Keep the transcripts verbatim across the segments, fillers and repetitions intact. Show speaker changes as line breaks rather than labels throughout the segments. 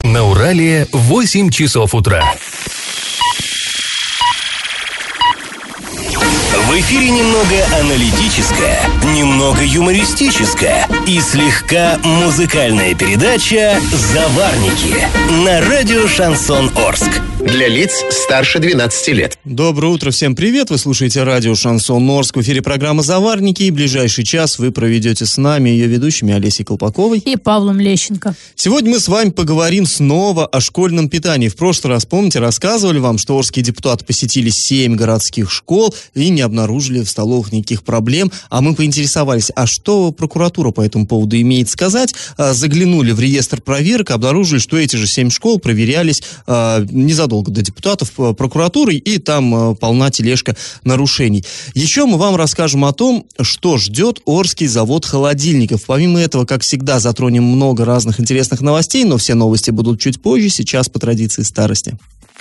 На Урале восемь часов утра. В эфире немного аналитическая, немного юмористическая и слегка музыкальная передача «Заварники» на радио «Шансон Орск».
Для лиц старше двенадцати лет.
Доброе утро, всем привет. Вы слушаете радио «Шансон Орск». В эфире программа «Заварники». И ближайший час вы проведете с нами, ее ведущими Олесей Колпаковой
и Павлом Лещенко.
Сегодня мы с вами поговорим снова о школьном питании. В прошлый раз, помните, рассказывали вам, что орские депутаты посетили семь городских школ и не обнаружили в столовых никаких проблем. А мы поинтересовались, а что прокуратура по этому поводу имеет сказать? Заглянули в реестр проверок, обнаружили, что эти же семь школ проверялись незадолго до депутатов прокуратуры, и там полна тележка нарушений. Еще мы вам расскажем о том, что ждет Орский завод холодильников. Помимо этого, как всегда, затронем много разных интересных новостей, но все новости будут чуть позже, сейчас по традиции старости.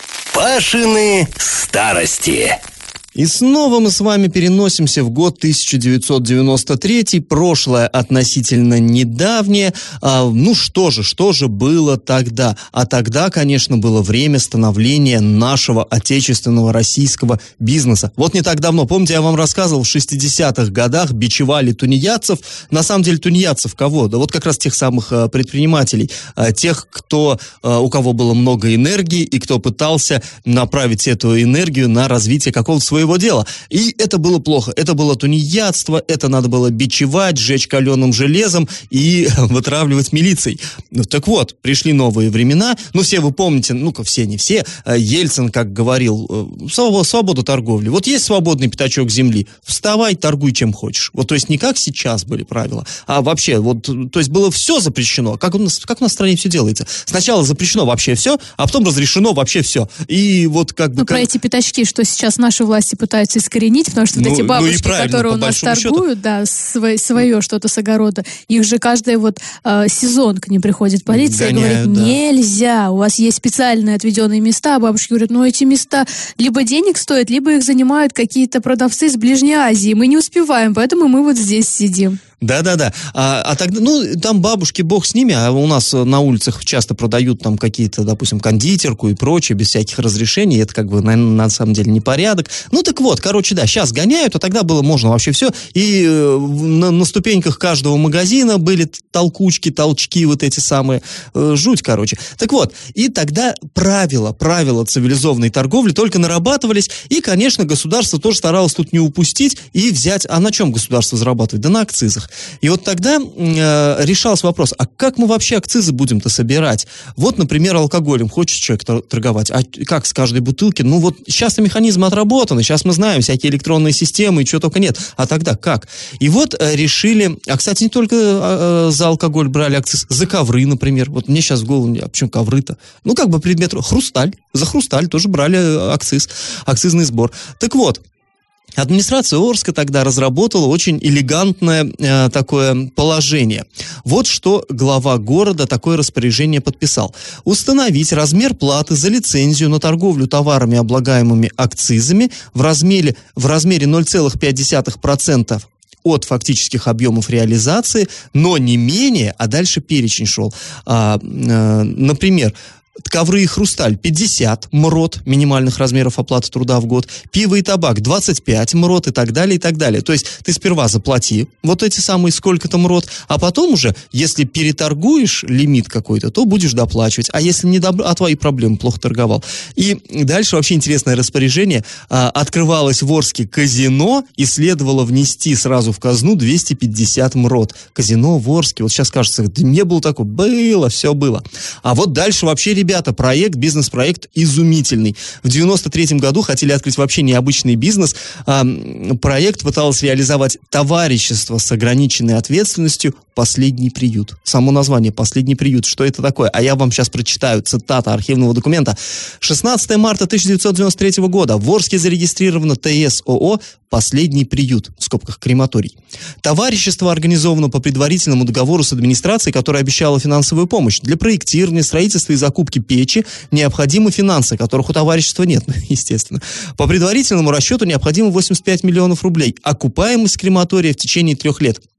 Пашины старости.
И снова мы с вами переносимся в год тысяча девятьсот девяносто третий, прошлое относительно недавнее. А, ну что же, что же было тогда? А тогда, конечно, было время становления нашего отечественного российского бизнеса. Вот не так давно, помните, я вам рассказывал, в шестидесятых годах бичевали тунеядцев. На самом деле тунеядцев кого? Да вот как раз тех самых а, предпринимателей, а, тех, кто, а, у кого было много энергии и кто пытался направить эту энергию на развитие какого-то своего дела. И это было плохо. Это было тунеядство, это надо было бичевать, сжечь каленым железом и вытравливать милицией. Ну, так вот, пришли новые времена. Ну, все вы помните, ну-ка, все, не все. Ельцин, как говорил, свобода торговли. Вот есть свободный пятачок земли, вставай, торгуй чем хочешь. Вот, то есть, не как сейчас были правила, а вообще, вот, то есть, было все запрещено. Как у нас, как у нас в стране все делается? Сначала запрещено вообще все, а потом разрешено вообще все. И вот как бы...
Ну,
как...
про эти пятачки, что сейчас наши власти пытаются искоренить, потому что
ну,
вот эти бабушки,
ну
которые у нас торгуют, счету. да, свое, свое что-то с огорода, их же каждый вот э, сезон к ним приходит полиция Гоняют, и говорит, да. нельзя, у вас есть специальные отведенные места, а бабушки говорят, ну эти места либо денег стоят, либо их занимают какие-то продавцы с Ближней Азии, мы не успеваем, поэтому мы вот здесь сидим.
Да-да-да. А, а тогда, ну, там бабушки, бог с ними, а у нас на улицах часто продают там какие-то, допустим, кондитерку и прочее, без всяких разрешений, это как бы, наверное, на самом деле непорядок. Ну, так вот, короче, да, сейчас гоняют, а тогда было можно вообще все, и э, на, на ступеньках каждого магазина были толкучки, толчки, вот эти самые, э, жуть, короче. Так вот, и тогда правила, правила цивилизованной торговли только нарабатывались, и, конечно, государство тоже старалось тут не упустить и взять, а на чем государство зарабатывает? Да на акцизах. И вот тогда э, решался вопрос, а как мы вообще акцизы будем-то собирать? Вот, например, алкоголем хочет человек торговать, а как с каждой бутылки? Ну вот сейчас механизмы отработаны, сейчас мы знаем всякие электронные системы и чего только нет. А тогда как? И вот э, решили, а, кстати, не только э, за алкоголь брали акциз, за ковры, например. Вот мне сейчас в голову, а почему ковры-то? Ну как бы предмет, хрусталь, за хрусталь тоже брали акциз, акцизный сбор. Так вот, администрация Орска тогда разработала очень элегантное э, такое положение. Вот что глава города такое распоряжение подписал. Установить размер платы за лицензию на торговлю товарами, облагаемыми акцизами, в размере, в размере ноль целых пять десятых процента от фактических объемов реализации, но не менее, а дальше перечень шел. А, а, например, ковры и хрусталь пятьдесят МРОТ, минимальных размеров оплаты труда в год, пиво и табак двадцать пять МРОТ и так далее, и так далее. То есть ты сперва заплати вот эти самые сколько-то МРОТ, а потом уже, если переторгуешь лимит какой-то, то будешь доплачивать. А если не доб... а твои проблемы, плохо торговал. И дальше вообще интересное распоряжение. А, открывалось в Орске казино и следовало внести сразу в казну двести пятьдесят МРОТ. Казино в Орске. Вот сейчас кажется, да не было такого. Было, все было. А вот дальше вообще, ребята, Ребята, проект, бизнес-проект изумительный. В девяносто третьем году хотели открыть вообще необычный бизнес. А, проект пыталось реализовать товарищество с ограниченной ответственностью «Последний приют». Само название «Последний приют». Что это такое? А я вам сейчас прочитаю цитата архивного документа. шестнадцатого марта тысяча девятьсот девяносто третьего года в Орске зарегистрировано ТС ООО «Последний приют», в скобках крематорий. Товарищество организовано по предварительному договору с администрацией, которая обещала финансовую помощь. Для проектирования, строительства и закупки печи необходимы финансы, которых у товарищества нет, естественно. По предварительному расчету необходимо восемьдесят пять миллионов рублей. Окупаемость крематория в течение трех лет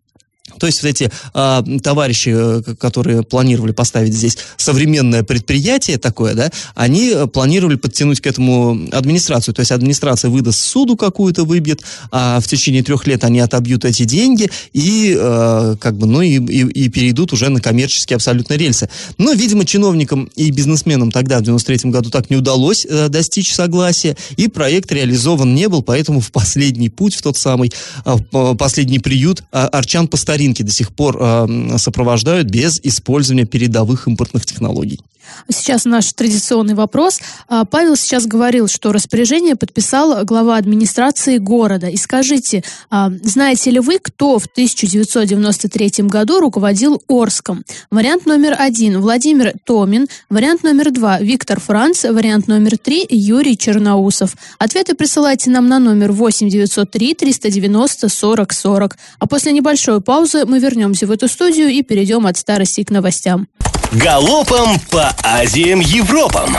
То есть вот эти а, товарищи, которые планировали поставить здесь современное предприятие такое, да, они планировали подтянуть к этому администрацию. То есть администрация выдаст суду какую-то, выбьет, а в течение трех лет они отобьют эти деньги и, а, как бы, ну, и, и, и перейдут уже на коммерческие абсолютно рельсы. Но, видимо, чиновникам и бизнесменам тогда, в девяносто третьем году, так не удалось а, достичь согласия, и проект реализован не был, поэтому в последний путь, в тот самый а, последний приют а, арчан по старинке до сих пор э, сопровождают без использования передовых импортных технологий.
Сейчас наш традиционный вопрос. Павел сейчас говорил, что распоряжение подписал глава администрации города. И скажите, знаете ли вы, кто в тысяча девятьсот девяносто третьем году руководил Орском? Вариант номер один – Владимир Томин. Вариант номер два – Виктор Франц. Вариант номер три – Юрий Черноусов. Ответы присылайте нам на номер восемь девятьсот три триста девяносто сорок сорок. А после небольшой паузы мы вернемся в эту студию и перейдем от старости к новостям.
Галопом по Азиям Европам!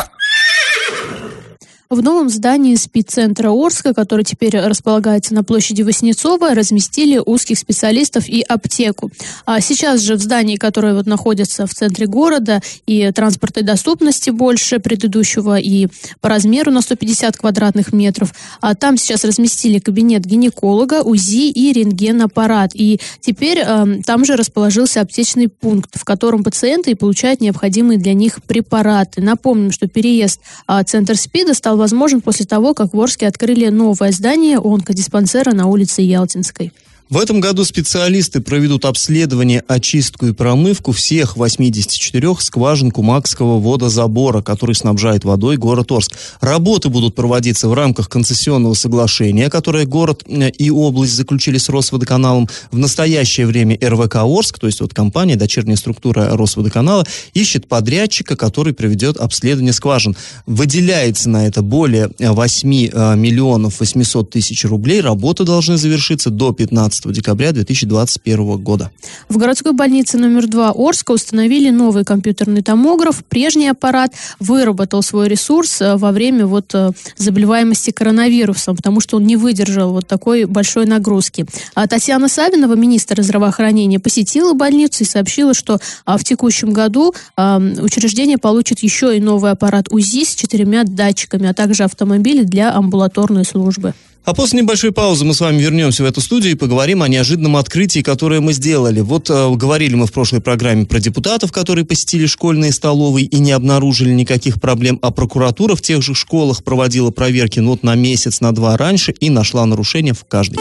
В новом здании спеццентра Орска, который теперь располагается на площади Васнецова, разместили узких специалистов и аптеку. А сейчас же в здании, которое вот находится в центре города, и транспортной доступности больше предыдущего, и по размеру на сто пятьдесят квадратных метров. А там сейчас разместили кабинет гинеколога, УЗИ и рентген-аппарат. И теперь а, там же расположился аптечный пункт, в котором пациенты получают необходимые для них препараты. Напомним, что переезд а, центр СПИДа стал возможен после того, как в Орске открыли новое здание онкодиспансера на улице Ялтинской.
В этом году специалисты проведут обследование, очистку и промывку всех восьмидесяти четырёх скважин Кумакского водозабора, который снабжает водой город Орск. Работы будут проводиться в рамках концессионного соглашения, которое город и область заключили с Росводоканалом. В настоящее время эр вэ ка Орск, то есть вот компания, дочерняя структура Росводоканала, ищет подрядчика, который проведет обследование скважин. Выделяется на это более восьми миллионов восьмисот тысяч рублей. Работы должны завершиться до пятнадцатого декабря две тысячи двадцать первого года.
В городской больнице номер два Орска установили новый компьютерный томограф. Прежний аппарат выработал свой ресурс во время вот заболеваемости коронавирусом, потому что он не выдержал вот такой большой нагрузки. А Татьяна Савинова, министр здравоохранения, посетила больницу и сообщила, что а, в текущем году а, учреждение получит еще и новый аппарат УЗИ с четырьмя датчиками, а также автомобили для амбулаторной службы.
А после небольшой паузы мы с вами вернемся в эту студию и поговорим о неожиданном открытии, которое мы сделали. Вот э, говорили мы в прошлой программе про депутатов, которые посетили школьные столовые и не обнаружили никаких проблем, а прокуратура в тех же школах проводила проверки ну, вот на месяц, на два раньше и нашла нарушения в каждой.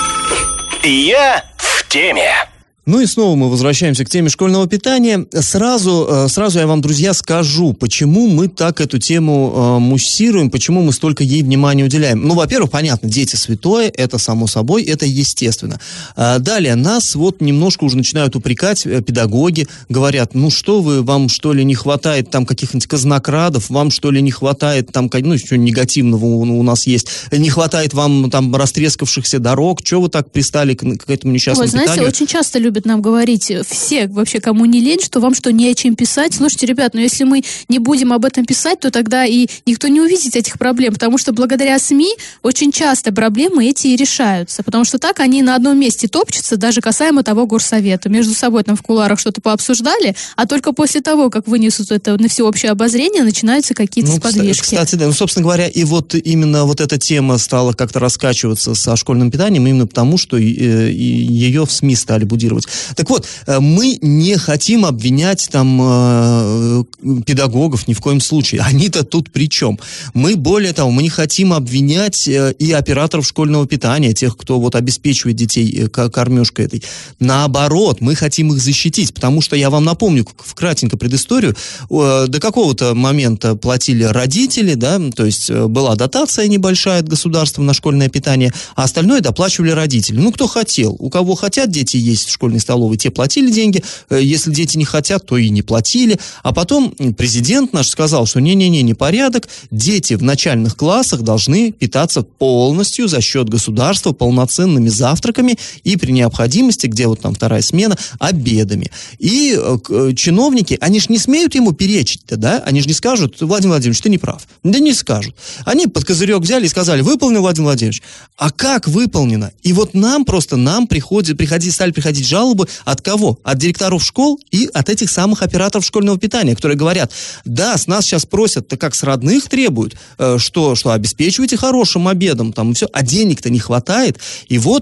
Я в теме.
Ну и снова мы возвращаемся к теме школьного питания. Сразу, сразу я вам, друзья, скажу, почему мы так эту тему э, муссируем, почему мы столько ей внимания уделяем. Ну, во-первых, понятно, дети святое, это само собой, это естественно. А далее, нас вот немножко уже начинают упрекать педагоги, говорят, ну что вы, вам что ли не хватает там каких-нибудь казнокрадов, вам что ли не хватает там, ну, что негативного у, у нас есть, не хватает вам там растрескавшихся дорог, что вы так пристали к, к этому несчастному
Ой, знаете,
питанию?
Очень часто любят нам говорить все, вообще, кому не лень, что вам что, не о чем писать. Слушайте, ребят, но если мы не будем об этом писать, то тогда и никто не увидит этих проблем, потому что благодаря СМИ очень часто проблемы эти и решаются, потому что так они на одном месте топчутся, даже касаемо того горсовета. Между собой там в кулуарах что-то пообсуждали, а только после того, как вынесут это на всеобщее обозрение, начинаются какие-то
ну,
сподвижки.
Кстати, да, ну, собственно говоря, и вот именно вот эта тема стала как-то раскачиваться со школьным питанием, именно потому, что и, и ее в СМИ стали будировать. Так вот, мы не хотим обвинять там э, педагогов ни в коем случае. Они-то тут при чем? Мы, более того, мы не хотим обвинять э, и операторов школьного питания, тех, кто вот обеспечивает детей э, кормежкой этой. Наоборот, мы хотим их защитить, потому что, я вам напомню, вкратенько предысторию, э, до какого-то момента платили родители, да, то есть э, была дотация небольшая от государства на школьное питание, а остальное доплачивали родители. Ну, кто хотел. У кого хотят дети есть в школьной столовой, те платили деньги, если дети не хотят, то и не платили. А потом президент наш сказал, что не-не-не, непорядок, дети в начальных классах должны питаться полностью за счет государства полноценными завтраками и при необходимости, где вот там вторая смена, обедами. И э, чиновники, они же не смеют ему перечить-то, да? Они же не скажут, Владимир Владимирович, ты не прав. Да не скажут. Они под козырек взяли и сказали, выполнил, Владимир Владимирович. А как выполнено? И вот нам просто, нам приходит, приходи, стали приходить жалобы жалобы от кого? От директоров школ и от этих самых операторов школьного питания, которые говорят, да, с нас сейчас просят, так как с родных требуют, что, что обеспечивайте хорошим обедом, там, и все, а денег-то не хватает. И вот,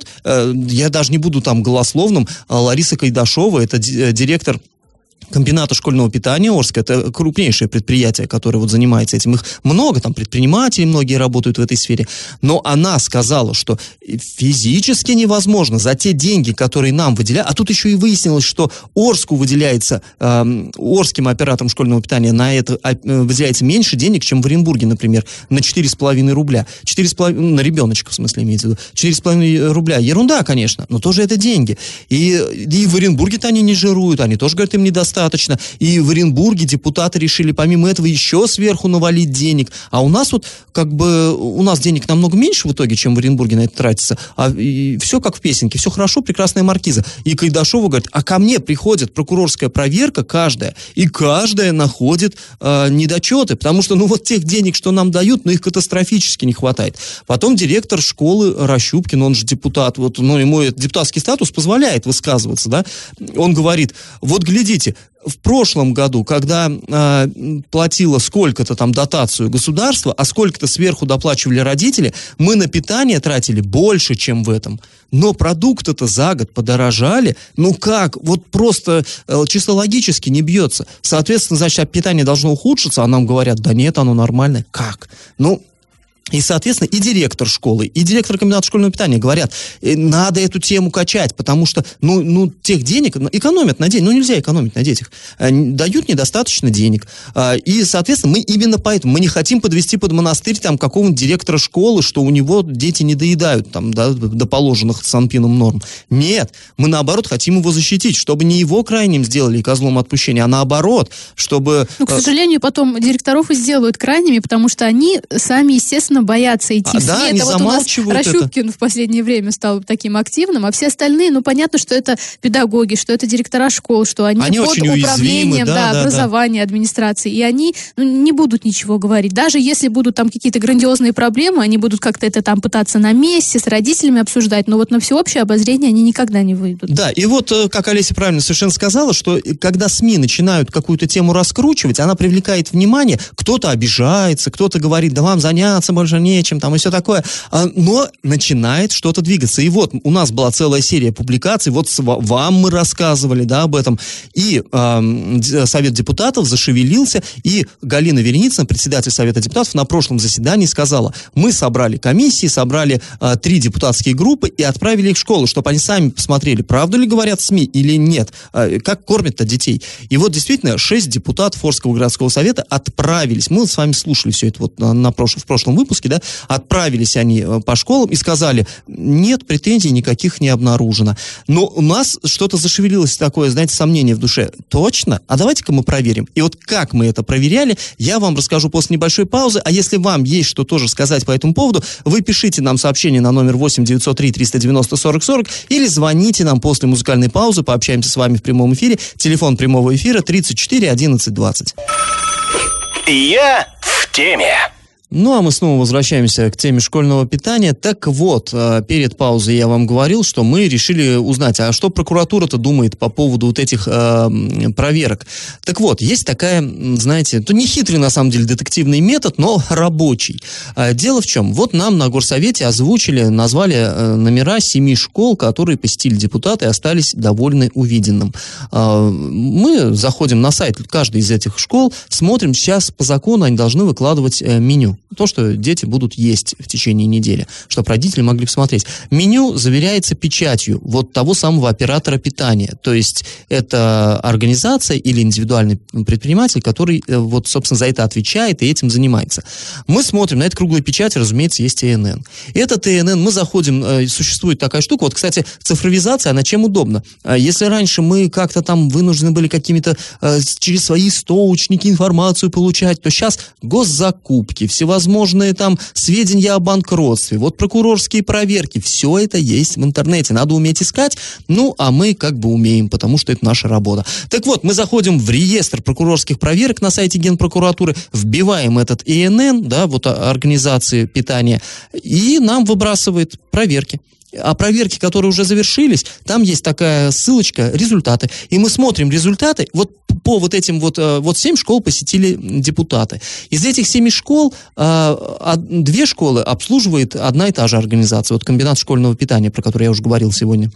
я даже не буду там голословным, Лариса Кайдашова, это директор комбината школьного питания Орска, это крупнейшее предприятие, которое вот занимается этим. Их много, там предприниматели многие работают в этой сфере. Но она сказала, что физически невозможно за те деньги, которые нам выделяют, а тут еще и выяснилось, что Орску выделяется, э, Орским операторам школьного питания на это э, выделяется меньше денег, чем в Оренбурге, например, на четыре с половиной рубля. четыре с половиной, на ребеночка, в смысле, имеется в виду. четыре с половиной рубля. Ерунда, конечно, но тоже это деньги. И, и в Оренбурге-то они не жируют, они тоже, говорят, им недостаточно. Достаточно. И в Оренбурге депутаты решили помимо этого еще сверху навалить денег. А у нас вот как бы у нас денег намного меньше в итоге, чем в Оренбурге на это тратится. А и все как в песенке, все хорошо, прекрасная маркиза. И Кайдашова говорит, а ко мне приходит прокурорская проверка каждая, и каждая находит э, недочеты, потому что ну вот тех денег, что нам дают, ну их катастрофически не хватает. Потом директор школы Рощупкин, он же депутат, вот, ну ему этот депутатский статус позволяет высказываться, да, он говорит, вот глядите, в прошлом году, когда э, платило сколько-то там дотацию государства, а сколько-то сверху доплачивали родители, мы на питание тратили больше, чем в этом. Но продукты-то за год подорожали. Ну как? Вот просто э, чисто логически не бьется. Соответственно, значит, питание должно ухудшиться, а нам говорят, да нет, оно нормальное. Как? Ну... И, соответственно, и директор школы, и директор комбината школьного питания говорят, надо эту тему качать, потому что, ну, ну тех денег экономят на деньги, ну, нельзя экономить на детях, дают недостаточно денег. И, соответственно, мы именно поэтому, мы не хотим подвести под монастырь там какого-нибудь директора школы, что у него дети не доедают там, да, до положенных санпином норм. Нет, мы, наоборот, хотим его защитить, чтобы не его крайним сделали козлом отпущения, а наоборот, чтобы... Ну,
к сожалению, потом директоров и сделают крайними, потому что они сами, естественно, боятся идти
а,
в СМИ.
да,
это вот у нас Рощупкин
это.
в последнее время стал таким активным, а все остальные, ну, понятно, что это педагоги, что это директора школ, что они,
они
под управлением
да,
да,
да,
образования, да. администрации, и они ну, не будут ничего говорить. Даже если будут там какие-то грандиозные проблемы, они будут как-то это там пытаться на месте с родителями обсуждать, но вот на всеобщее обозрение они никогда не выйдут.
Да, и вот, как Олеся правильно совершенно сказала, что когда СМИ начинают какую-то тему раскручивать, она привлекает внимание, кто-то обижается, кто-то говорит, да вам заняться больше нечем, там и все такое, но начинает что-то двигаться. И вот у нас была целая серия публикаций, вот вам мы рассказывали, да, об этом, и э, Совет депутатов зашевелился, и Галина Вереницына, председатель Совета депутатов, на прошлом заседании сказала, мы собрали комиссии, собрали э, три депутатские группы и отправили их в школу, чтобы они сами посмотрели, правду ли говорят СМИ или нет, э, как кормят-то детей. И вот действительно шесть депутатов Орского городского совета отправились, мы с вами слушали все это вот на, на прошлом, в прошлом выпуске, да, отправились они по школам и сказали, нет, претензий никаких не обнаружено. Но у нас что-то зашевелилось такое, знаете, сомнение в душе. Точно? А давайте-ка мы проверим. И вот как мы это проверяли, я вам расскажу после небольшой паузы, а если вам есть что тоже сказать по этому поводу, вы пишите нам сообщение на номер восемь девятьсот три триста девяносто сорок сорок или звоните нам после музыкальной паузы, пообщаемся с вами в прямом эфире. Телефон прямого эфира тридцать четыре одиннадцать двадцать.
Я в теме.
Ну, а мы снова возвращаемся к теме школьного питания. Так вот, перед паузой я вам говорил, что мы решили узнать, а что прокуратура-то думает по поводу вот этих э, проверок. Так вот, есть такая, знаете, то не хитрый на самом деле детективный метод, но рабочий. Дело в чем? Вот нам на горсовете озвучили, назвали номера семи школ, которые посетили депутаты и остались довольны увиденным. Мы заходим на сайт каждой из этих школ, смотрим, сейчас по закону они должны выкладывать меню. То, что дети будут есть в течение недели, чтобы родители могли посмотреть. Меню заверяется печатью вот того самого оператора питания. То есть это организация или индивидуальный предприниматель, который вот, собственно, за это отвечает и этим занимается. Мы смотрим на эту круглую печать, разумеется, есть ТНН. Это ТНН, мы заходим, существует такая штука, вот, кстати, цифровизация, она чем удобна? Если раньше мы как-то там вынуждены были какими-то через свои источники информацию получать, то сейчас госзакупки, все всевозможные там сведения о банкротстве, вот прокурорские проверки, все это есть в интернете, надо уметь искать, ну, а мы как бы умеем, потому что это наша работа. Так вот, мы заходим в реестр прокурорских проверок на сайте Генпрокуратуры, вбиваем этот ИНН, да, вот организации питания, и нам выбрасывает проверки. А проверки, которые уже завершились, там есть такая ссылочка, результаты. И мы смотрим результаты. Вот по вот этим вот, вот семь школ посетили депутаты. Из этих семи школ две школы обслуживает одна и та же организация. Вот комбинат школьного питания, про который я уже говорил сегодня.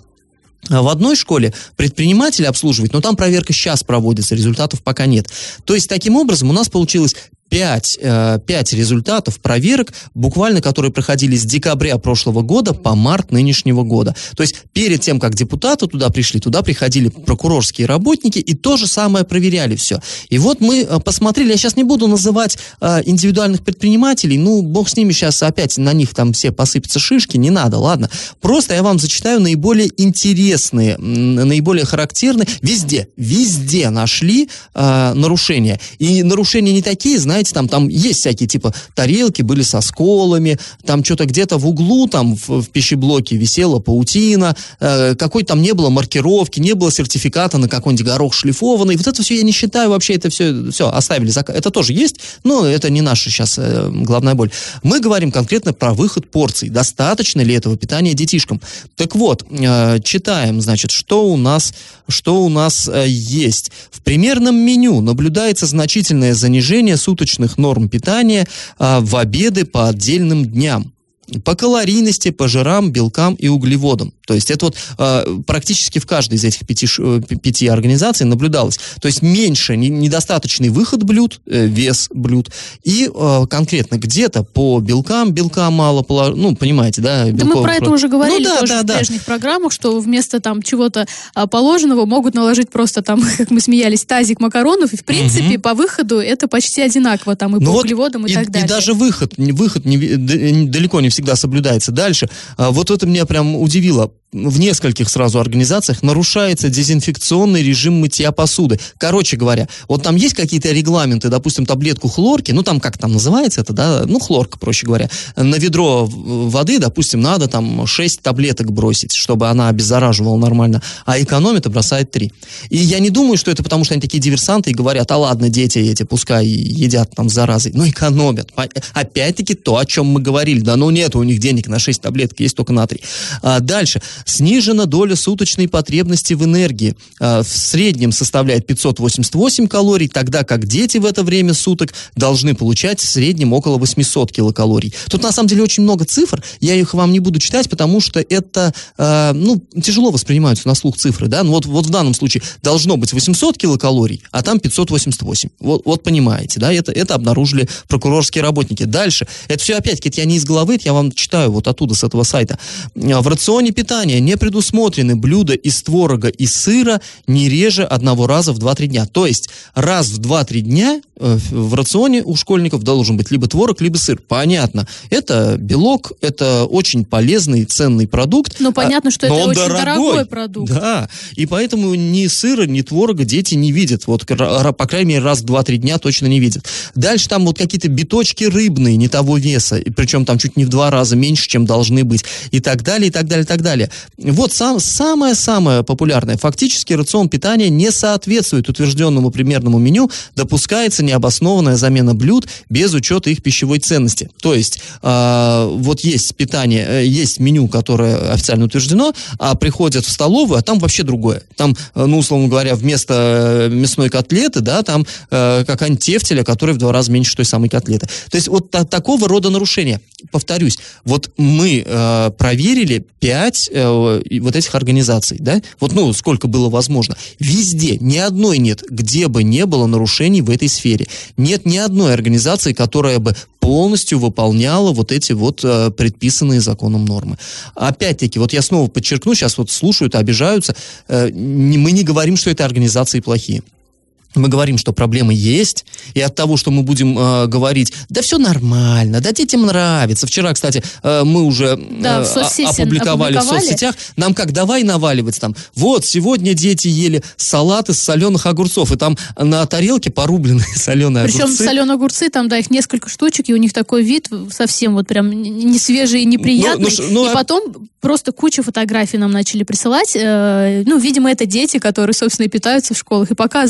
В одной школе предприниматели обслуживают, но там проверка сейчас проводится, результатов пока нет. То есть, таким образом, у нас получилось пять, пять результатов проверок, буквально, которые проходили с декабря прошлого года по март нынешнего года. То есть, перед тем, как депутаты туда пришли, туда приходили прокурорские работники и то же самое проверяли все. И вот мы посмотрели, я сейчас не буду называть индивидуальных предпринимателей, ну, бог с ними, сейчас опять на них там все посыпятся шишки, не надо, ладно. Просто я вам зачитаю наиболее интересные, наиболее характерные, везде, везде нашли э, нарушения. И нарушения не такие, знаете, Там, там есть всякие, типа, тарелки были со сколами, там что-то где-то в углу, там в, в пищеблоке висела паутина, э, какой-то там не было маркировки, не было сертификата на какой-нибудь горох шлифованный. Вот это все я не считаю, вообще это все, все оставили. Это тоже есть, но это не наша сейчас э, главная боль. Мы говорим конкретно про выход порций. Достаточно ли этого питания детишкам? Так вот, э, читаем, значит, что у нас, что у нас э, есть. В примерном меню наблюдается значительное занижение суточных норм питания а, в обеды по отдельным дням. По калорийности, по жирам, белкам и углеводам. То есть это вот э, практически в каждой из этих пяти, пяти организаций наблюдалось. То есть меньше, не, недостаточный выход блюд, э, вес блюд. И э, конкретно где-то по белкам, белка мало, ну, понимаете, да?
Да мы про это уже говорили, ну, да, тоже да, в да. прежних программах, что вместо там чего-то а, положенного могут наложить просто там, как мы смеялись, тазик макаронов, и в принципе угу. по выходу это почти одинаково, там и ну по вот углеводам и, и так далее.
И даже выход, выход не, далеко не всегда соблюдается. Дальше, а, вот это меня прям удивило. В нескольких сразу организациях нарушается дезинфекционный режим мытья посуды. Короче говоря, вот там есть какие-то регламенты, допустим, таблетку хлорки, ну там как там называется это, да, ну хлорка, проще говоря, на ведро воды, допустим, надо там шесть таблеток бросить, чтобы она обеззараживала нормально, а экономит и бросает три. И я не думаю, что это потому, что они такие диверсанты и говорят, а ладно, дети эти пускай едят там заразой, но экономят. Опять-таки то, о чем мы говорили, да ну нет у них денег на шесть таблеток, есть только на три. А дальше. Снижена доля суточной потребности в энергии. В среднем составляет пятьсот восемьдесят восемь калорий, тогда как дети в это время суток должны получать в среднем около восемьсот килокалорий. Тут на самом деле очень много цифр, я их вам не буду читать, потому что это, ну, тяжело воспринимаются на слух цифры, да, ну, вот, вот в данном случае должно быть восемьсот килокалорий, а там пятьсот восемьдесят восемь. Вот, вот понимаете, да, это, это обнаружили прокурорские работники. Дальше, это все опять-таки, это я не из головы, это я вам читаю вот оттуда, с этого сайта. В рационе питания не предусмотрены блюда из творога и сыра не реже одного раза в два-три дня. То есть раз в два-три дня э, в рационе у школьников должен быть либо творог, либо сыр. Понятно. Это белок, это очень полезный, ценный продукт.
Но понятно, что
а,
это очень дорогой.
дорогой
продукт.
Да, и поэтому ни сыра, ни творога дети не видят. Вот, по крайней мере, раз в два-три дня точно не видят. Дальше там вот какие-то биточки рыбные не того веса, и причем там чуть не в два раза меньше, чем должны быть. И так далее, и так далее, и так далее. Вот сам, самое-самое популярное. Фактически рацион питания не соответствует утвержденному примерному меню, допускается необоснованная замена блюд без учета их пищевой ценности. То есть, э, вот есть питание, э, есть меню, которое официально утверждено, а приходят в столовую, а там вообще другое. Там, э, ну, условно говоря, вместо мясной котлеты, да, там э, какая-нибудь тефтеля, которая в два раза меньше той самой котлеты. То есть, вот та, такого рода нарушения. Повторюсь, вот мы э, проверили пять э, вот этих организаций, да, вот, ну, сколько было возможно. Везде, ни одной нет, где бы не было нарушений в этой сфере. Нет ни одной организации, которая бы полностью выполняла вот эти вот э, предписанные законом нормы. Опять-таки, вот я снова подчеркну, сейчас вот слушают, обижаются, э, не, мы не говорим, что это организации плохие. Мы говорим, что проблемы есть, и от того, что мы будем э, говорить, да все нормально, да детям нравится. Вчера, кстати, э, мы уже
да,
э,
в
опубликовали, опубликовали в соцсетях, нам как давай наваливать там, вот, сегодня дети ели салат из соленых огурцов, и там на тарелке порубленные соленые
Причем
огурцы.
Причем соленые огурцы, там, да, их несколько штучек, и у них такой вид совсем вот прям не свежий и неприятный. Ну, ну, ну, и а... потом просто кучу фотографий нам начали присылать. Э, ну, видимо, это дети, которые, собственно, и питаются в школах, и показывают, чем их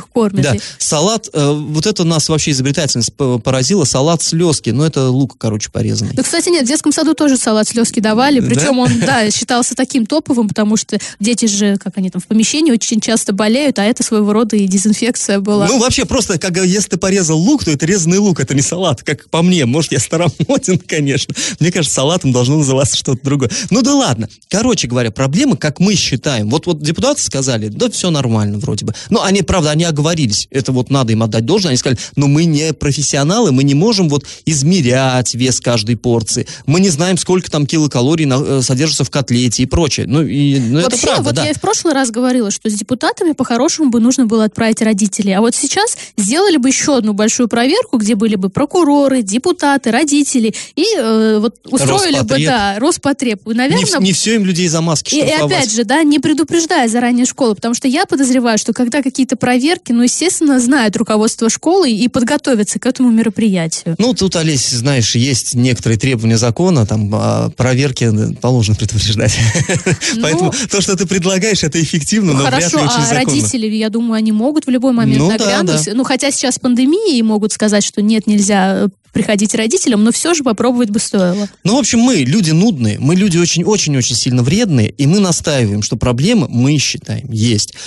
их кормят.
Да, салат, э, вот это нас вообще изобретательность поразила, салат слезки, ну это лук, короче, порезанный.
Ну, кстати, нет, в детском саду тоже салат слезки давали, причем да? он, да, считался таким топовым, потому что дети же, как они там, в помещении очень часто болеют, а это своего рода и дезинфекция была.
Ну, вообще, просто, как если ты порезал лук, то это резанный лук, это не салат, как по мне. Может, я старомоден, конечно. Мне кажется, салатом должно называться что-то другое. Ну да ладно. Короче говоря, проблема, как мы считаем. Вот, вот депутаты сказали, да все нормально вроде бы. Ну, они, правда, они оговорились. Это вот надо им отдать должное. Они сказали, но мы не профессионалы, мы не можем вот измерять вес каждой порции. Мы не знаем, сколько там килокалорий на, содержится в котлете и прочее. Ну, и, ну
вообще,
это правда,
вот
да.
Я и в прошлый раз говорила, что с депутатами по-хорошему бы нужно было отправить родителей. А вот сейчас сделали бы еще одну большую проверку, где были бы прокуроры, депутаты, родители, и э, вот устроили
Роспотреб.
бы, да, Роспотреб. И, наверное,
не, не все им людей за маски
и, и опять же, да, не предупреждая заранее школы, потому что я подозреваю, что когда какие-то проверки, ну, естественно, знает руководство школы и подготовится к этому мероприятию.
Ну, тут, Олесь, знаешь, есть некоторые требования закона, там, проверки положено предупреждать. Ну, поэтому то, что ты предлагаешь, это эффективно,
ну,
но
хорошо,
вряд ли очень
а
законно.
Родители, я думаю, они могут в любой момент
ну,
нагрянуть.
Да, да.
Ну, хотя сейчас пандемия, и могут сказать, что нет, нельзя приходить родителям, но все же попробовать бы стоило.
Ну, в общем, мы люди нудные, мы люди очень-очень-очень сильно вредные, и мы настаиваем, что проблемы, мы считаем, есть.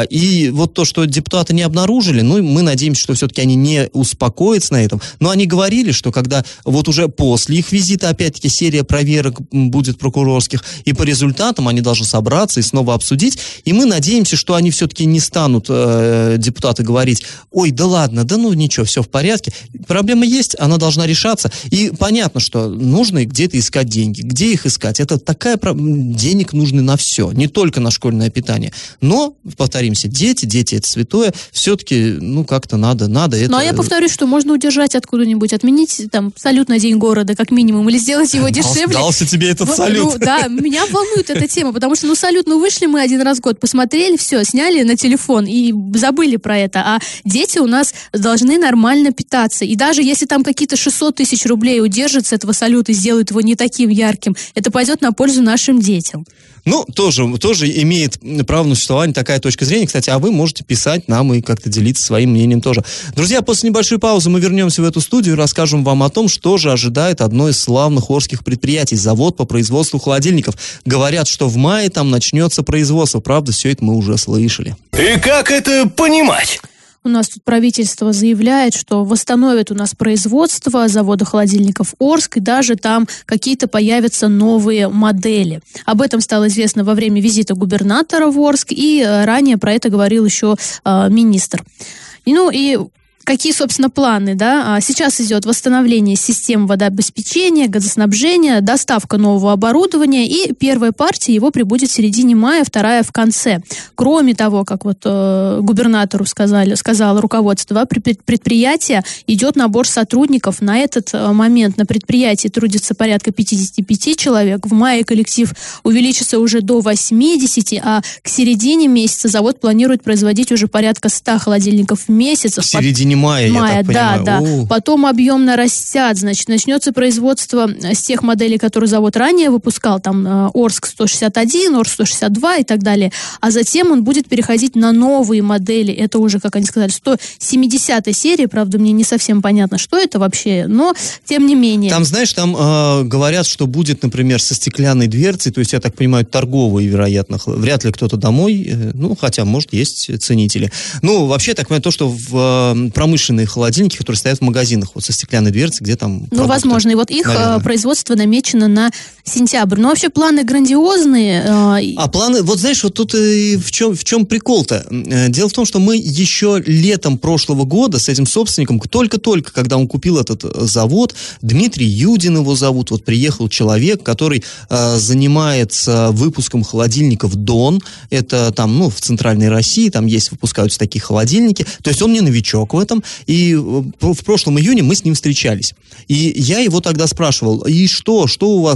И вот то, что депутаты не обнаружили, ну, мы надеемся, что все-таки они не успокоятся на этом. Но они говорили, что когда вот уже после их визита, опять-таки, серия проверок будет прокурорских, и по результатам они должны собраться и снова обсудить, и мы надеемся, что они все-таки не станут, э, депутаты, говорить, ой, да ладно, да ну ничего, все в порядке. Проблема есть, она должна решаться. И понятно, что нужно где-то искать деньги. Где их искать? Это такая... Денег нужно на все, не только на школьное питание. Но, повторимся, дети, дети это святое, все-таки, ну, как-то надо, надо это...
Ну, а я повторюсь, что можно удержать откуда-нибудь, отменить там салют на День города, как минимум, или сделать его дешевле.
Дался тебе этот
вот,
салют.
Ну, да, меня волнует эта тема, потому что, ну, салют, ну, вышли мы один раз в год, посмотрели, все, сняли на телефон и забыли про это. А дети у нас должны нормально питаться. И даже если там какие-то шестьсот тысяч рублей удержат с этого салюта и сделают его не таким ярким, это пойдет на пользу нашим детям.
Ну, тоже, тоже имеет право на существование такая точка зрения. Кстати, а вы можете писать нам и как-то делиться своим мнением тоже. Друзья, после небольшой паузы мы вернемся в эту студию и расскажем вам о том, что же ожидает одно из славных орских предприятий. Завод по производству холодильников. Говорят, что в мае там начнется производство. Правда, все это мы уже слышали.
И как это понимать?
У нас тут правительство заявляет, что восстановит у нас производство завода холодильников Орск, и даже там какие-то появятся новые модели. Об этом стало известно во время визита губернатора в Орск, и ранее про это говорил еще э, министр. И, ну и... Какие, собственно, планы, да? Сейчас идет восстановление систем водообеспечения, газоснабжения, доставка нового оборудования, и первая партия его прибудет в середине мая, вторая в конце. Кроме того, как вот э, губернатору сказали, сказало руководство предприятия, идет набор сотрудников. На этот момент на предприятии трудится порядка пятьдесят пять человек. В мае коллектив увеличится уже до восемьдесят, а к середине месяца завод планирует производить уже порядка ста холодильников в месяц.
В середине мая,
мая,
я так
да,
понимаю.
да. Потом объем нарастят, значит, начнется производство с тех моделей, которые завод ранее выпускал, там Орск сто шестьдесят один, Орск сто шестьдесят два и так далее. А затем он будет переходить на новые модели. Это уже, как они сказали, сто семидесятая серия, правда, мне не совсем понятно, что это вообще, но тем не менее.
Там, знаешь, там э, говорят, что будет, например, со стеклянной дверцей, то есть, я так понимаю, торговые, вероятно, вряд ли кто-то домой, э, ну, хотя, может, есть ценители. Ну, вообще, так понимаю, то, что в э, промышленные холодильники, которые стоят в магазинах, вот со стеклянной дверцей, где там...
Ну, возможно, и вот их наверное. производство намечено на сентябрь. Но вообще планы грандиозные. Э,
а планы, вот знаешь, вот тут и в чем, в чем прикол-то? Дело в том, что мы еще летом прошлого года с этим собственником, только-только, когда он купил этот завод, Дмитрий Юдин его зовут, вот приехал человек, который э, занимается выпуском холодильников «Дон», это там, ну, в Центральной России, там есть, выпускаются такие холодильники, то есть он не новичок в этом, и в прошлом июне мы с ним встречались. И я его тогда спрашивал, и что, что у вас, вот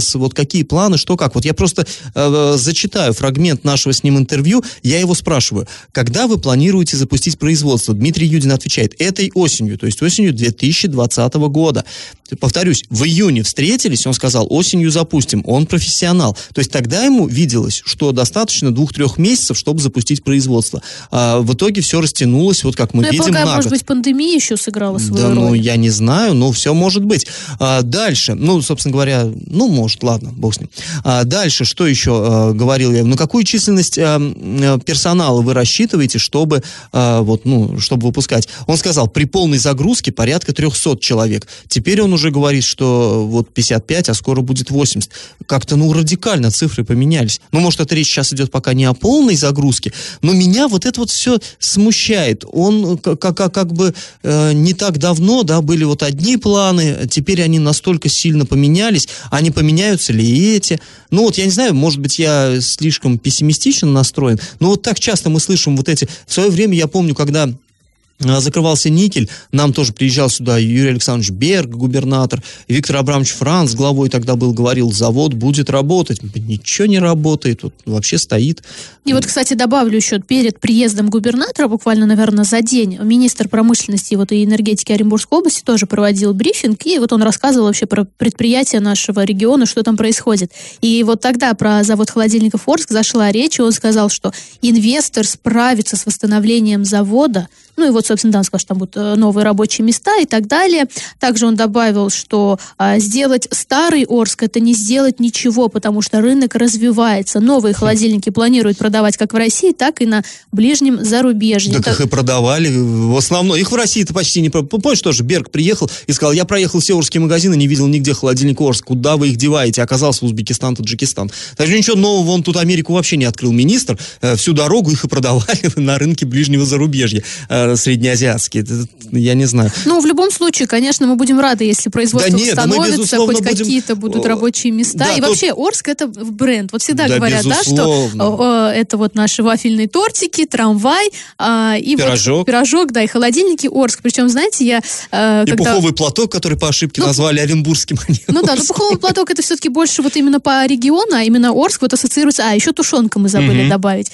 какие планы, что как. Вот я просто э, зачитаю фрагмент нашего с ним интервью, я его спрашиваю, когда вы планируете запустить производство? Дмитрий Юдин отвечает, этой осенью, то есть осенью две тысячи двадцатого года. Повторюсь, в июне встретились, он сказал, осенью запустим, он профессионал. То есть тогда ему виделось, что достаточно двух-трех месяцев, чтобы запустить производство. А в итоге все растянулось, вот как мы
ну,
видим,
я полагаю,
на
может
год.
быть, пандемия еще сыграла свою
да,
роль?
Да, ну, я не знаю, но все может быть. А, дальше, ну, собственно говоря, ну, может, ладно, бог с ним. А, дальше, что еще а, говорил я? Ну, какую численность а, персонала вы рассчитываете, чтобы, а, вот, ну, чтобы выпускать? Он сказал, при полной загрузке порядка трехсот человек. Теперь он уже говорит, что вот пятьдесят пять, а скоро будет восемьдесят. Как-то, ну, радикально цифры поменялись. Ну, может, это речь сейчас идет пока не о полной загрузке, но меня вот это вот все смущает. Он как, как, как бы э, не так давно, да, были вот одни планы, теперь они настолько сильно поменялись, а не поменяются ли и эти? Ну, вот я не знаю, может быть, я слишком пессимистично настроен, но вот так часто мы слышим вот эти... В свое время, я помню, когда закрывался никель, нам тоже приезжал сюда Юрий Александрович Берг, губернатор, Виктор Абрамович Франц, главой тогда был, говорил, завод будет работать. Ничего не работает, вот вообще стоит.
И вот, кстати, добавлю еще, перед приездом губернатора, буквально, наверное, за день, министр промышленности вот, и энергетики Оренбургской области тоже проводил брифинг, и вот он рассказывал вообще про предприятия нашего региона, что там происходит. И вот тогда про завод холодильников Орск зашла речь, и он сказал, что инвестор справится с восстановлением завода. Ну и вот, собственно, да, он сказал, что там будут новые рабочие места и так далее. Также он добавил, что а, сделать старый Орск – это не сделать ничего, потому что рынок развивается. Новые холодильники планируют продавать как в России, так и на ближнем зарубежье.
Так их и продавали. В основном. Их в России-то почти не... Помнишь, тоже Берг приехал и сказал, я проехал все орские магазины, не видел нигде холодильник Орск. Куда вы их деваете? Оказался Узбекистан, Таджикистан. Так что ничего нового, он тут Америку вообще не открыл. Министр всю дорогу их и продавали на рынке ближнего зарубежья. Среднеазиатские, я не знаю.
Ну, в любом случае, конечно, мы будем рады, если производство да нет, становится, хоть будем... какие-то будут рабочие места. Да, и тут... вообще, Орск — это бренд. Вот всегда да, говорят, да, что о, о, это вот наши вафельные тортики, трамвай, а, и
пирожок.
Вот пирожок, да, и холодильники Орск. Причем, знаете, я... А,
и
когда...
пуховый платок, который по ошибке ну, назвали оренбургским.
Ну да, но пуховый платок — это все-таки больше вот именно по региону, а именно Орск вот ассоциируется... А, еще тушенка мы забыли угу. добавить.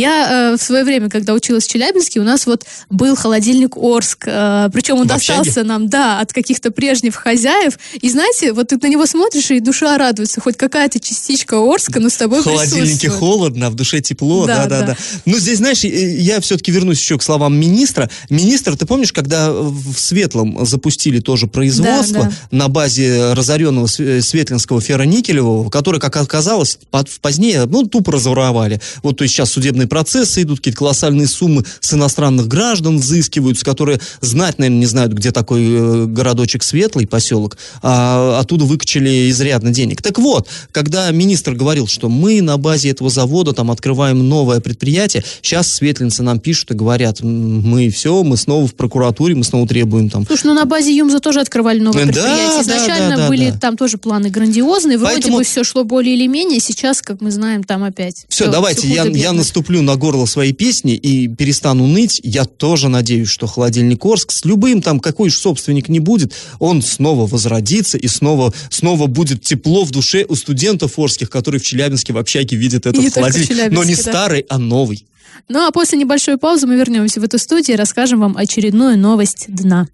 Я э, в свое время, когда училась в Челябинске, у нас вот был холодильник Орск, э, причем он в достался общаге? Нам, да, от каких-то прежних хозяев, и знаете, вот ты на него смотришь, и душа радуется, хоть какая-то частичка Орска, но с тобой присутствует. В холодильнике
холодно, а в душе тепло, да-да-да. Ну, здесь, знаешь, я все-таки вернусь еще к словам министра. Министр, ты помнишь, когда в Светлом запустили тоже производство да, да. на базе разоренного Светлинского ферроникелевого, который, как оказалось, позднее, ну, тупо разворовали. Вот, то есть сейчас судебные процессы идут, какие-то колоссальные суммы с иностранных граждан взыскиваются, которые знать, наверное, не знают, где такой э, городочек Светлый, поселок, а оттуда выкачали изрядно денег. Так вот, когда министр говорил, что мы на базе этого завода там открываем новое предприятие, сейчас светлинцы нам пишут и говорят, мы все, мы снова в прокуратуре, мы снова требуем там...
Слушай, ну на базе ЮМЗа тоже открывали новое предприятие.
Да,
изначально
да, да,
были
да.
там тоже планы грандиозные, вроде
Поэтому...
бы все шло более или менее, сейчас, как мы знаем, там опять...
Все,
все
давайте,
все
я, я наступлю на горло своей песни и перестану ныть. Я тоже надеюсь, что холодильник Орск с любым там, какой же собственник не будет, он снова возродится и снова, снова будет тепло в душе у студентов орских, которые в Челябинске в общаге видят этот
не
холодильник. Но не
да.
старый, а новый.
Ну, а после небольшой паузы мы вернемся в эту студию и расскажем вам очередную новость дна.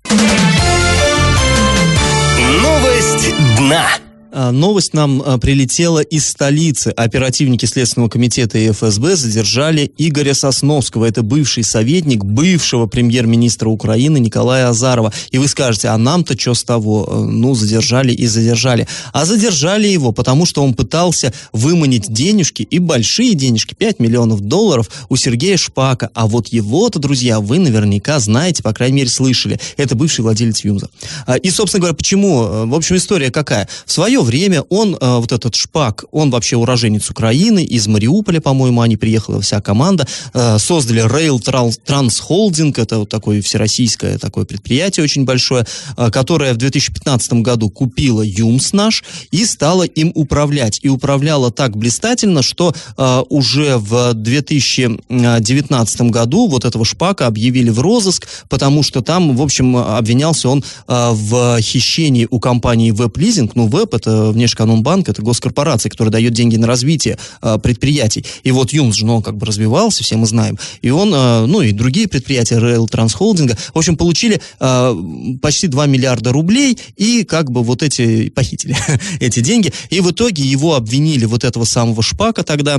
Новость дна.
Новость нам а, прилетела из столицы. Оперативники Следственного комитета и эф эс бэ задержали Игоря Сосновского. Это бывший советник бывшего премьер-министра Украины Николая Азарова. И вы скажете, а нам-то что с того? Ну, задержали и задержали. А задержали его, потому что он пытался выманить денежки, и большие денежки, пять миллионов долларов, у Сергея Шпака. А вот его-то, друзья, вы наверняка знаете, по крайней мере, слышали. Это бывший владелец ЮМЗа. И, собственно говоря, почему? В общем, история какая? В свое время он, э, вот этот Шпак, он вообще уроженец Украины, из Мариуполя, по-моему, они приехала вся команда, э, создали Rail Trans Holding, это вот такое всероссийское такое предприятие очень большое, э, которое в две тысячи пятнадцатом году купило ЮМС наш и стало им управлять. И управляла так блистательно, что э, уже в две тысячи девятнадцатом году вот этого Шпака объявили в розыск, потому что там, в общем, обвинялся он э, в хищении у компании Web Leasing, ну, Web это это Внешэкономбанк, это госкорпорация, которая дает деньги на развитие э, предприятий. И вот ЮМС же, ну, он как бы развивался, все мы знаем. И он, э, ну, и другие предприятия Rail Трансхолдинга, в общем, получили э, почти два миллиарда рублей и как бы вот эти похитили эти деньги. И в итоге его обвинили, вот этого самого Шпака тогда,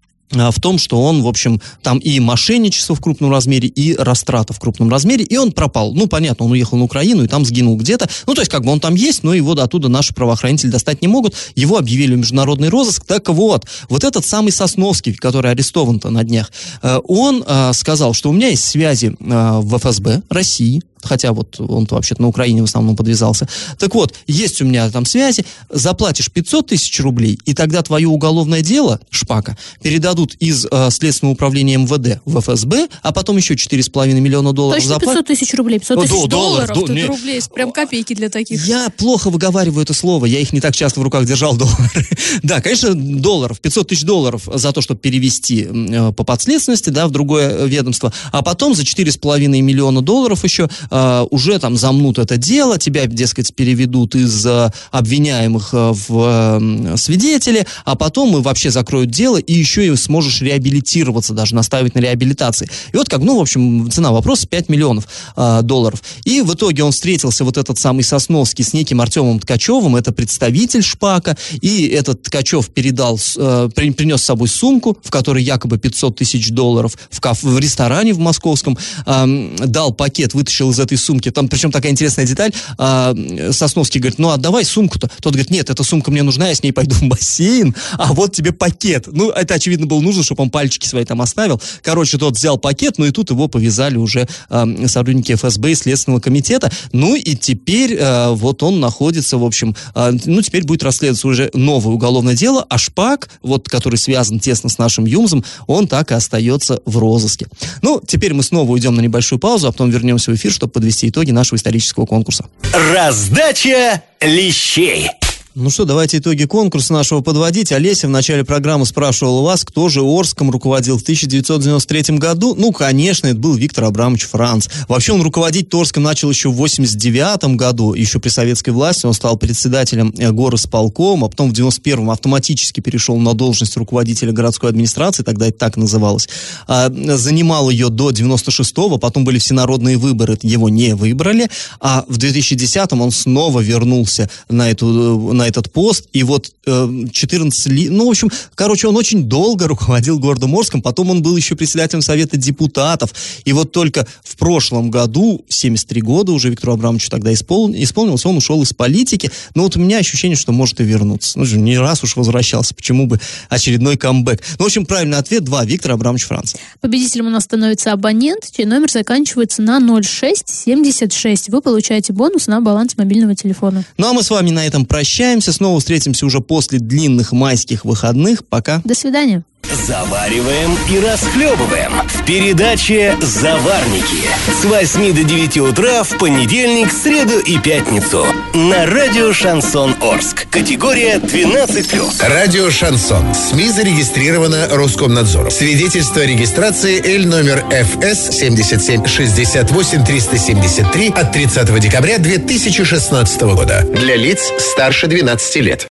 в том, что он, в общем, там и мошенничество в крупном размере, и растрата в крупном размере, и он пропал. Ну, понятно, он уехал на Украину и там сгинул где-то. Ну, то есть, как бы он там есть, но его оттуда наши правоохранители достать не могут. Его объявили в международный розыск. Так вот, вот этот самый Сосновский, который арестован-то на днях, он сказал, что у меня есть связи в эф эс бэ России, хотя вот он-то вообще-то на Украине в основном подвязался. Так вот, есть у меня там связи, заплатишь пятьсот тысяч рублей, и тогда твое уголовное дело, Шпака, передадут из э, Следственного управления эм вэ дэ в эф эс бэ, а потом еще четыре с половиной миллиона долларов
Точно
заплатят.
пятьсот тысяч рублей, пятьсот тысяч
О,
долларов,
доллар,
тут
до,
рублей, прям копейки для таких.
Я плохо выговариваю это слово, я их не так часто в руках держал, доллары. Да, конечно, долларов, пятьсот тысяч долларов за то, чтобы перевести э, по подследственности, да, в другое ведомство, а потом за четыре с половиной миллиона долларов еще э, уже там замнут это дело, тебя, дескать, переведут из э, обвиняемых э, в э, свидетели, а потом и вообще закроют дело, и еще и сможешь реабилитироваться, даже наставить на реабилитации. И вот как, ну, в общем, цена вопроса пять миллионов э, долларов. И в итоге он встретился, вот этот самый Сосновский, с неким Артемом Ткачевым, это представитель Шпака, и этот Ткачев передал, э, при, принес с собой сумку, в которой якобы пятьсот тысяч долларов в, кафе, в ресторане в московском, э, дал пакет, вытащил из этой сумки, там причем такая интересная деталь, а, Сосновский говорит, ну отдавай сумку-то. Тот говорит, нет, эта сумка мне нужна, я с ней пойду в бассейн, а вот тебе пакет. Ну, это, очевидно, было нужно, чтобы он пальчики свои там оставил. Короче, тот взял пакет, ну и тут его повязали уже а, сотрудники эф эс бэ и Следственного комитета. Ну и теперь а, вот он находится, в общем, а, ну теперь будет расследоваться уже новое уголовное дело, а Шпак, вот, который связан тесно с нашим ЮМСом, он так и остается в розыске. Ну, теперь мы снова уйдем на небольшую паузу, а потом вернемся в эфир, чтобы подвести итоги нашего исторического конкурса.
Раздача лещей.
Ну что, давайте итоги конкурса нашего подводить. Олеся в начале программы спрашивала вас, кто же Орском руководил в тысяча девятьсот девяносто третьем году. Ну, конечно, это был Виктор Абрамович Франц. Вообще он руководить Орском начал еще в восемьдесят девятом году, еще при советской власти. Он стал председателем горосполкома, а потом в девяносто первом автоматически перешел на должность руководителя городской администрации, тогда это так называлось. А, занимал ее до девяносто шестого, потом были всенародные выборы, его не выбрали, а в две тысячи десятом он снова вернулся на эту на этот пост, и вот э, четырнадцать лет, ну, в общем, короче, он очень долго руководил городом Орском, потом он был еще председателем Совета депутатов, и вот только в прошлом году, семьдесят три года уже Виктору Абрамовичу тогда испол... исполнилось, он ушел из политики, но вот у меня ощущение, что может и вернуться. Ну, не раз уж возвращался, почему бы очередной камбэк. Ну, в общем, правильный ответ два, Виктор Абрамович Франц.
Победителем у нас становится абонент, чей номер заканчивается на ноль шесть семьдесят шесть. Вы получаете бонус на баланс мобильного телефона.
Ну, а мы с вами на этом прощаемся. Снова встретимся уже после длинных майских выходных. Пока.
До свидания.
Завариваем и расхлебываем в передаче «Заварники» с восьми до девяти утра в понедельник, среду и пятницу на радио «Шансон Орск». Категория двенадцать плюс.
Радио «Шансон». СМИ зарегистрировано Роскомнадзором. Свидетельство о регистрации Л номер эф эс семьдесят семь шестьдесят восемь триста семьдесят три от тридцатого декабря две тысячи шестнадцатого года. Для лиц старше двенадцати лет.